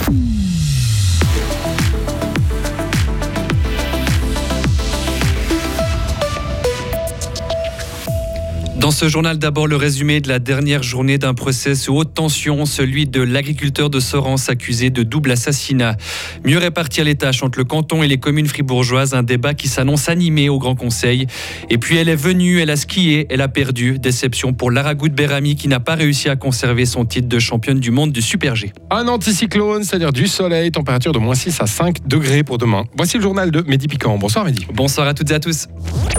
Dans ce journal, d'abord le résumé de la dernière journée d'un procès sous haute tension, celui de l'agriculteur de Sorens accusé de double assassinat. Mieux répartir les tâches entre le canton et les communes fribourgeoises, un débat qui s'annonce animé au Grand Conseil. Et puis elle est venue, elle a skié, elle a perdu. Déception pour Lara Goudberami qui n'a pas réussi à conserver son titre de championne du monde du Super G. Un anticyclone, c'est-à-dire du soleil, température de moins 6 à 5 degrés pour demain. Voici le journal de Mehdi Piquant. Bonsoir Mehdi. Bonsoir à toutes et à tous.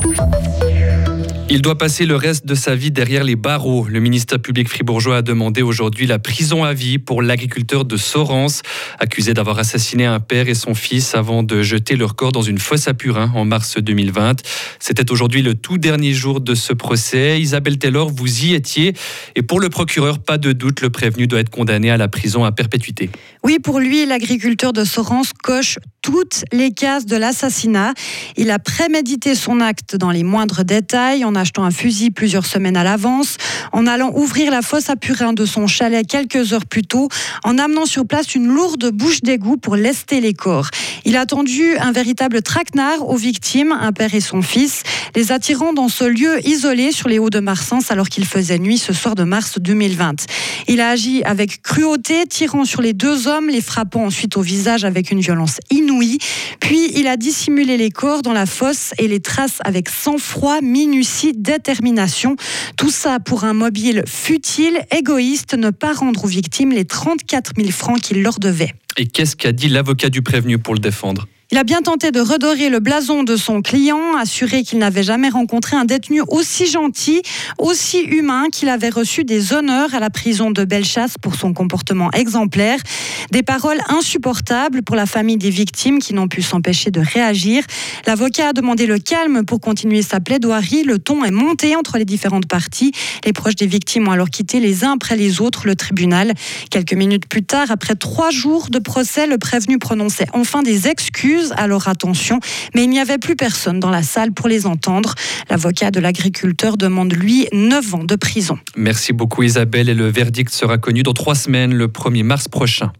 Il doit passer le reste de sa vie derrière les barreaux. Le ministère public fribourgeois a demandé aujourd'hui la prison à vie pour l'agriculteur de Sorens, accusé d'avoir assassiné un père et son fils avant de jeter leur corps dans une fosse à purin en mars 2020. C'était aujourd'hui le tout dernier jour de ce procès. Isabelle Taylor, vous y étiez. Et pour le procureur, pas de doute, le prévenu doit être condamné à la prison à perpétuité. Oui, pour lui, l'agriculteur de Sorens coche toutes les cases de l'assassinat. Il a prémédité son acte dans les moindres détails, en achetant un fusil plusieurs semaines à l'avance, en allant ouvrir la fosse à purin de son chalet quelques heures plus tôt, en amenant sur place une lourde bouche d'égout pour lester les corps. Il a tendu un véritable traquenard aux victimes, un père et son fils, les attirant dans ce lieu isolé sur les hauts de Marsens alors qu'il faisait nuit ce soir de mars 2020. Il a agi avec cruauté, tirant sur les deux hommes, les frappant ensuite au visage avec une violence inouïe. Puis il a dissimulé les corps dans la fosse et les traces avec sang-froid, minutie, détermination. Tout ça pour un mobile futile, égoïste, ne pas rendre aux victimes les 34 000 francs qu'il leur devait. Et qu'est-ce qu'a dit l'avocat du prévenu pour le défendre ? Il a bien tenté de redorer le blason de son client, assuré qu'il n'avait jamais rencontré un détenu aussi gentil, aussi humain, qu'il avait reçu des honneurs à la prison de Bellechasse pour son comportement exemplaire. Des paroles insupportables pour la famille des victimes qui n'ont pu s'empêcher de réagir. L'avocat a demandé le calme pour continuer sa plaidoirie. Le ton est monté entre les différentes parties. Les proches des victimes ont alors quitté les uns après les autres le tribunal. Quelques minutes plus tard, après 3 jours de procès, le prévenu prononçait enfin des excuses à leur attention, mais il n'y avait plus personne dans la salle pour les entendre. L'avocat de l'agriculteur demande, lui, 9 ans de prison. Merci beaucoup Isabelle, et le verdict sera connu dans 3 semaines, le 1er mars prochain.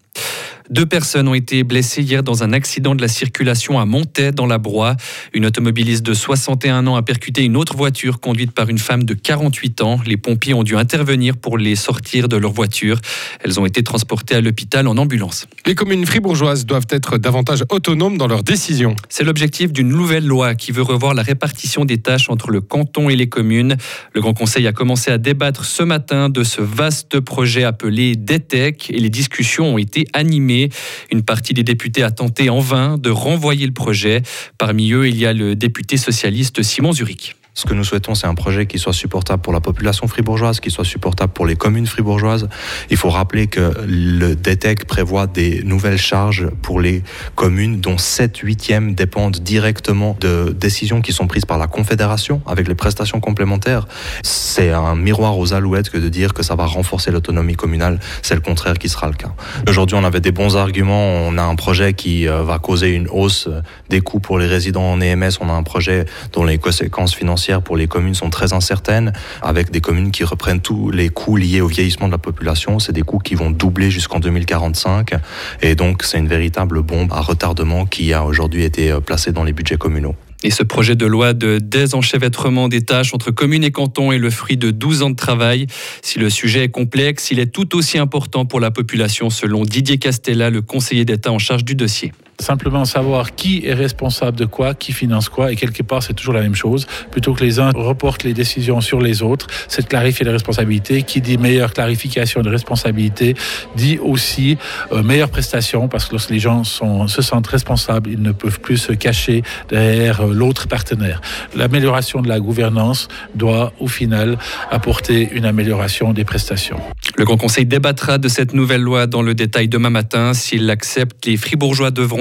2 personnes ont été blessées hier dans un accident de la circulation à Montaix, dans la Broye. Une automobiliste de 61 ans a percuté une autre voiture conduite par une femme de 48 ans. Les pompiers ont dû intervenir pour les sortir de leur voiture. Elles ont été transportées à l'hôpital en ambulance. Les communes fribourgeoises doivent être davantage autonomes dans leurs décisions. C'est l'objectif d'une nouvelle loi qui veut revoir la répartition des tâches entre le canton et les communes. Le Grand Conseil a commencé à débattre ce matin de ce vaste projet appelé DETEC et les discussions ont été animées. Une partie des députés a tenté en vain de renvoyer le projet. Parmi eux, il y a le député socialiste Simon Zurich. Ce que nous souhaitons, c'est un projet qui soit supportable pour la population fribourgeoise, qui soit supportable pour les communes fribourgeoises. Il faut rappeler que le DETEC prévoit des nouvelles charges pour les communes dont 7/8 dépendent directement de décisions qui sont prises par la Confédération avec les prestations complémentaires. C'est un miroir aux alouettes que de dire que ça va renforcer l'autonomie communale. C'est le contraire qui sera le cas. Aujourd'hui, on avait des bons arguments. On a un projet qui va causer une hausse des coûts pour les résidents en EMS. On a un projet dont les conséquences financières pour les communes sont très incertaines, avec des communes qui reprennent tous les coûts liés au vieillissement de la population. C'est des coûts qui vont doubler jusqu'en 2045. Et donc, c'est une véritable bombe à retardement qui a aujourd'hui été placée dans les budgets communaux. Et ce projet de loi de désenchevêtrement des tâches entre communes et cantons est le fruit de 12 ans de travail. Si le sujet est complexe, il est tout aussi important pour la population, selon Didier Castella, le conseiller d'État en charge du dossier. Simplement savoir qui est responsable de quoi, qui finance quoi, et quelque part c'est toujours la même chose. Plutôt que les uns reportent les décisions sur les autres, c'est de clarifier les responsabilités. Qui dit meilleure clarification de responsabilité dit aussi meilleure prestation, parce que lorsque les gens se sentent responsables, ils ne peuvent plus se cacher derrière l'autre partenaire. L'amélioration de la gouvernance doit au final apporter une amélioration des prestations. Le Grand Conseil débattra de cette nouvelle loi dans le détail demain matin. S'il l'accepte, les Fribourgeois devront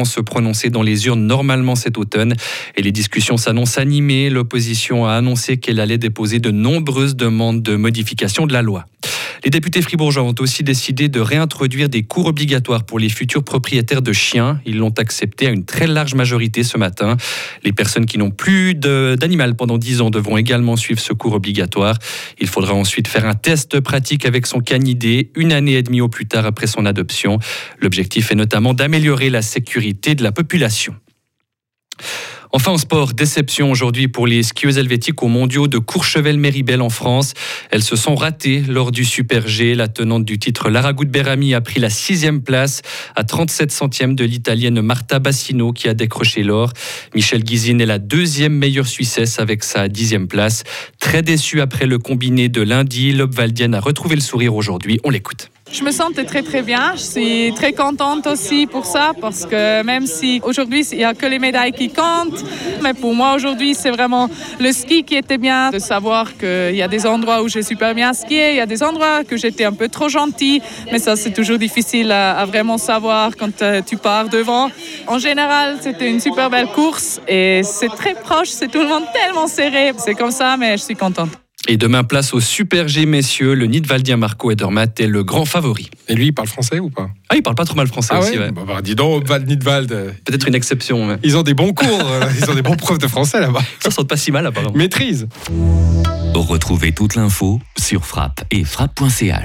se prononcer dans les urnes normalement cet automne. Et les discussions s'annoncent animées. L'opposition a annoncé qu'elle allait déposer de nombreuses demandes de modification de la loi. Les députés fribourgeois ont aussi décidé de réintroduire des cours obligatoires pour les futurs propriétaires de chiens. Ils l'ont accepté à une très large majorité ce matin. Les personnes qui n'ont plus d'animal pendant 10 ans devront également suivre ce cours obligatoire. Il faudra ensuite faire un test pratique avec son canidé 1 année et demie au plus tard après son adoption. L'objectif est notamment d'améliorer la sécurité de la population. Enfin en sport, déception aujourd'hui pour les skieuses helvétiques aux mondiaux de Courchevel-Méribel en France. Elles se sont ratées lors du Super G. La tenante du titre, Lara Gutberami, a pris la 6e place à 37 centièmes de l'italienne Marta Bassino qui a décroché l'or. Michelle Guizine est la 2e meilleure Suissesse avec sa 10e place. Très déçue après le combiné de lundi, l'Obvaldienne a retrouvé le sourire aujourd'hui. On l'écoute. Je me sentais très très bien, je suis très contente aussi pour ça parce que même si aujourd'hui il n'y a que les médailles qui comptent, mais pour moi aujourd'hui c'est vraiment le ski qui était bien, de savoir qu'il y a des endroits où j'ai super bien skié, il y a des endroits que j'étais un peu trop gentille, mais ça c'est toujours difficile à vraiment savoir quand tu pars devant. En général c'était une super belle course et c'est très proche, c'est tout le monde tellement serré, c'est comme ça mais je suis contente. Et demain, place au Super G, messieurs. Le Nidwaldien Marco Edermatt est le grand favori. Et lui, il parle français ou pas? Ah, il parle pas trop mal français aussi, ouais. Bah, dis donc, Nidwald. Peut-être une exception. Mais... Ils ont des bons cours, ils ont des bons profs de français là-bas. Ça sent pas si mal, apparemment. Maîtrise. Retrouvez toute l'info sur Frappe et frappe.ch.